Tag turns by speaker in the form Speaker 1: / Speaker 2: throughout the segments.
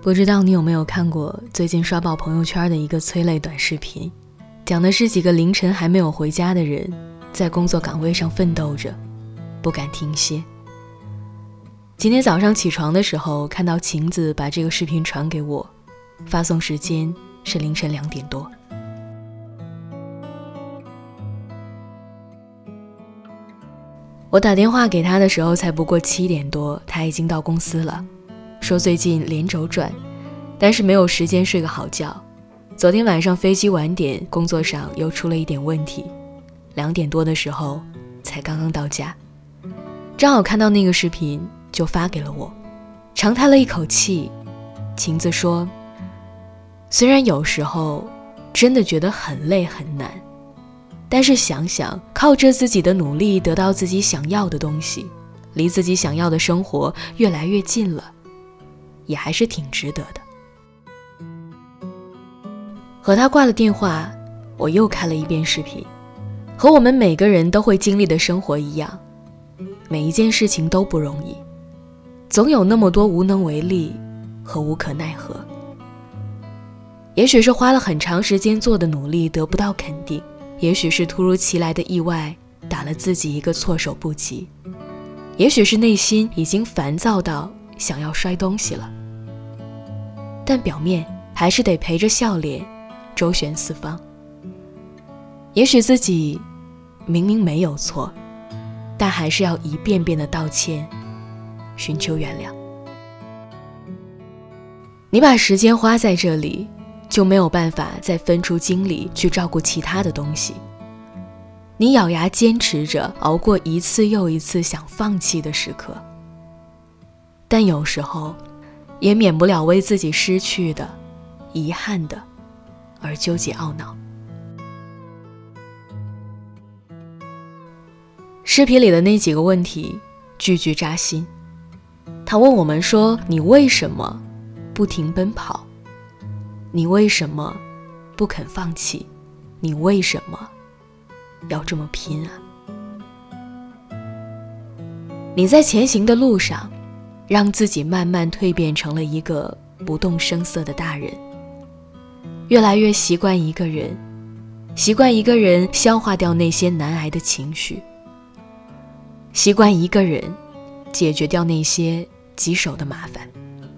Speaker 1: 不知道你有没有看过最近刷爆朋友圈的一个催泪短视频，讲的是几个凌晨还没有回家的人在工作岗位上奋斗着，不敢停歇。今天早上起床的时候，看到晴子把这个视频传给我，发送时间是凌晨2点多。我打电话给他的时候才不过7点多，他已经到公司了，说最近连轴转，但是没有时间睡个好觉。昨天晚上飞机晚点，工作上又出了一点问题，2点多的时候才刚刚到家。正好看到那个视频，就发给了我，长叹了一口气。晴子说，虽然有时候真的觉得很累很难，但是想想靠着自己的努力得到自己想要的东西，离自己想要的生活越来越近了，也还是挺值得的。和他挂了电话，我又看了一遍视频，和我们每个人都会经历的生活一样，每一件事情都不容易，总有那么多无能为力和无可奈何。也许是花了很长时间做的努力得不到肯定，也许是突如其来的意外打了自己一个措手不及，也许是内心已经烦躁到想要摔东西了，但表面还是得陪着笑脸周旋四方。也许自己明明没有错，但还是要一遍遍的道歉，寻求原谅。你把时间花在这里，就没有办法再分出精力去照顾其他的东西。你咬牙坚持着熬过一次又一次想放弃的时刻，但有时候也免不了为自己失去的、遗憾的而纠结懊恼。视频里的那几个问题句句扎心。他问我们说，你为什么不停奔跑？你为什么不肯放弃？你为什么要这么拼啊？你在前行的路上，让自己慢慢蜕变成了一个不动声色的大人，越来越习惯一个人，习惯一个人消化掉那些难挨的情绪，习惯一个人解决掉那些棘手的麻烦。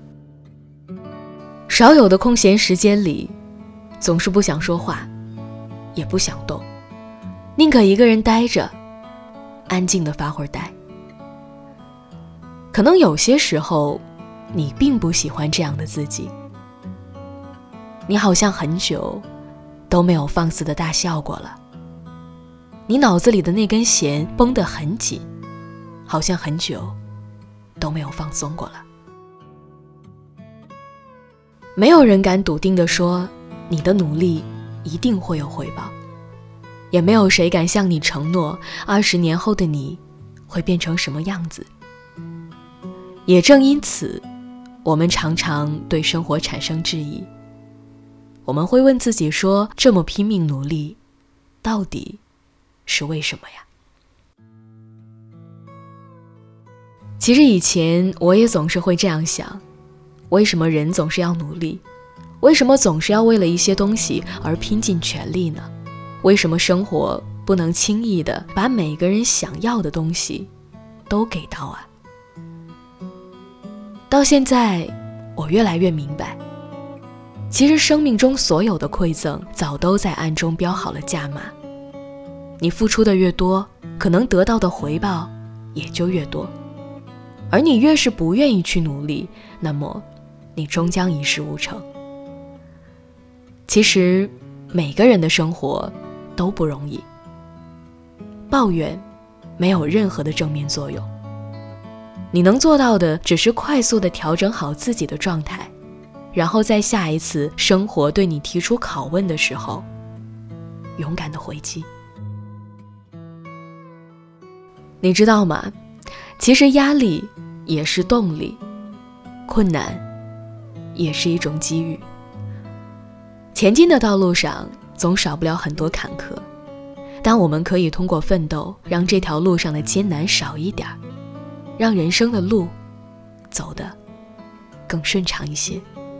Speaker 1: 少有的空闲时间里，总是不想说话，也不想动，宁可一个人待着，安静地发会儿呆。可能有些时候，你并不喜欢这样的自己。你好像很久都没有放肆的大笑过了，你脑子里的那根弦绷得很紧，好像很久都没有放松过了。没有人敢笃定地说你的努力一定会有回报，也没有谁敢向你承诺20年后的你会变成什么样子。也正因此，我们常常对生活产生质疑。我们会问自己说，这么拼命努力，到底是为什么呀？其实以前我也总是会这样想，为什么人总是要努力？为什么总是要为了一些东西而拼尽全力呢？为什么生活不能轻易地把每个人想要的东西都给到啊？到现在，我越来越明白，其实生命中所有的馈赠早都在暗中标好了价码。你付出的越多，可能得到的回报也就越多。而你越是不愿意去努力，那么你终将一事无成。其实每个人的生活都不容易，抱怨没有任何的正面作用。你能做到的只是快速地调整好自己的状态，然后在下一次生活对你提出拷问的时候，勇敢地回击。你知道吗？其实压力也是动力，困难也是一种机遇。前进的道路上总少不了很多坎坷，但我们可以通过奋斗，让这条路上的艰难少一点，让人生的路走得更顺畅一些。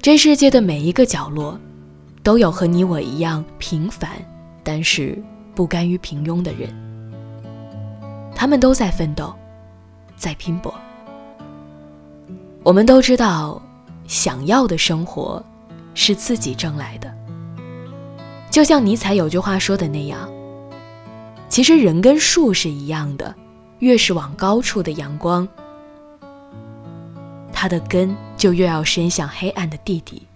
Speaker 1: 这世界的每一个角落都有和你我一样平凡但是不甘于平庸的人，他们都在奋斗，在拼搏。我们都知道，想要的生活是自己挣来的。就像尼采有句话说的那样，其实人跟树是一样的，越是往高处的阳光，它的根就越要伸向黑暗的地底。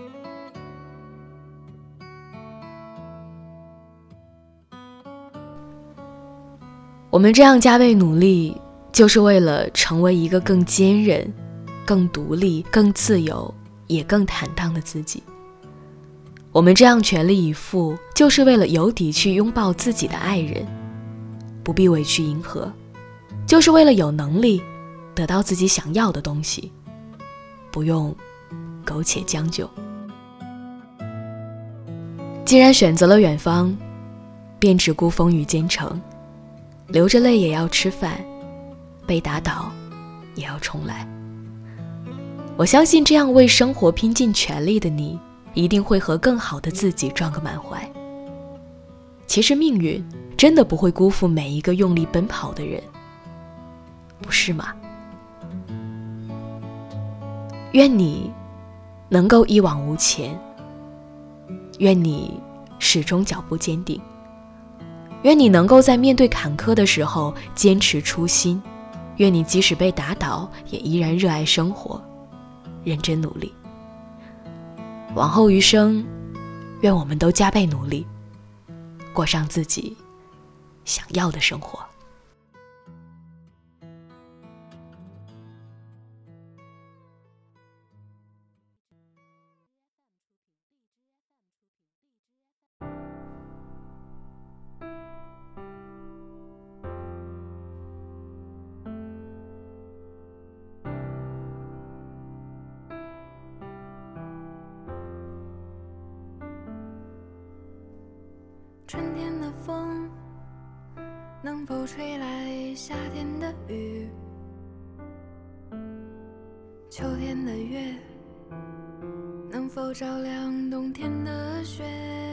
Speaker 1: 我们这样加倍努力，就是为了成为一个更坚韧、更独立、更自由，也更坦荡的自己。我们这样全力以赴，就是为了有底去拥抱自己的爱人，不必委屈迎合，就是为了有能力得到自己想要的东西，不用苟且将就。既然选择了远方，便只顾风雨兼程，流着泪也要吃饭，被打倒也要重来。我相信这样为生活拼尽全力的你，一定会和更好的自己撞个满怀。其实命运真的不会辜负每一个用力奔跑的人，不是吗？愿你能够一往无前，愿你始终脚步坚定，愿你能够在面对坎坷的时候坚持初心，愿你即使被打倒也依然热爱生活，认真努力。往后余生，愿我们都加倍努力，过上自己想要的生活。
Speaker 2: 春天的风能否吹来夏天的雨？秋天的月能否照亮冬天的雪？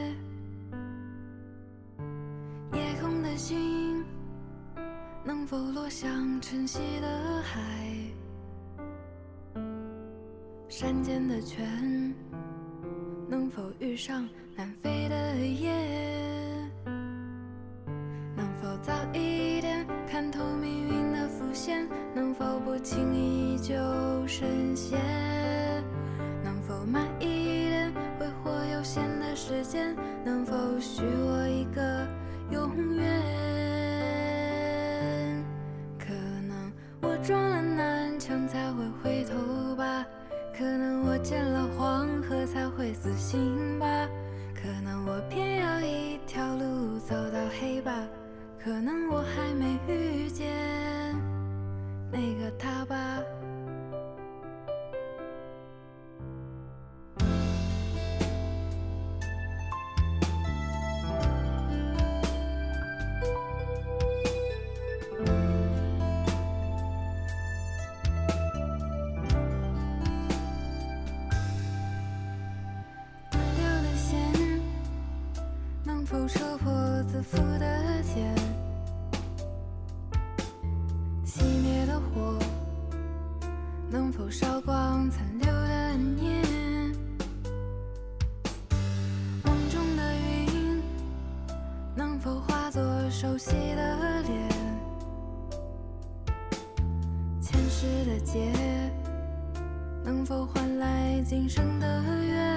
Speaker 2: 夜空的星能否落向晨曦的海？山间的泉能否遇上南飞的雁？能否早一点看透命运的浮现？能否不轻易就深陷？能否慢一点挥霍有限的时间？能否许我一个永远？可能我撞了南墙才会回头吧，可能我见了黄河才会死心吧，可能我偏要一条路走到黑吧，可能我还没遇见那个他吧。能否戳破自负的茧？熄灭的火能否烧光残留的念？梦中的云能否化作熟悉的脸？前世的劫能否换来今生的缘？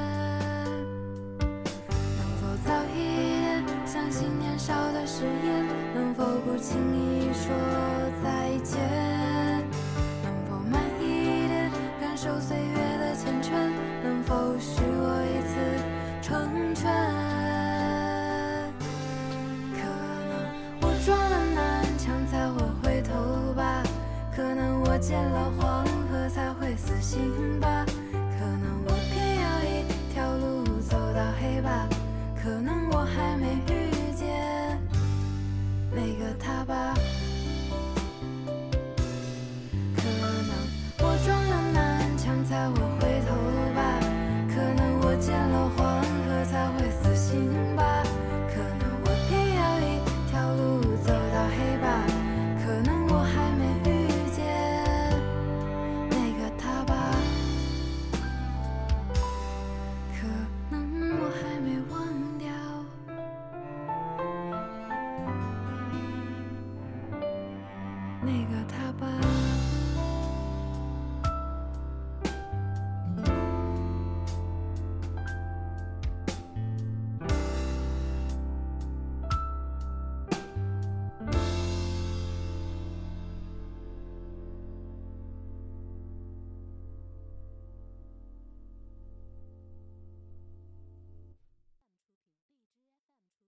Speaker 2: 早一点相信年少的誓言，能否不轻易说再见？能否慢一点感受岁月的缱绻？能否许我一次成全？可能我撞了南墙才会回头吧，可能我见了黄河才会死心吧，可能我偏要一条路走到黑吧，可能我还没遇见那个他吧，可能我撞了南墙才会回头吧， 那个他吧。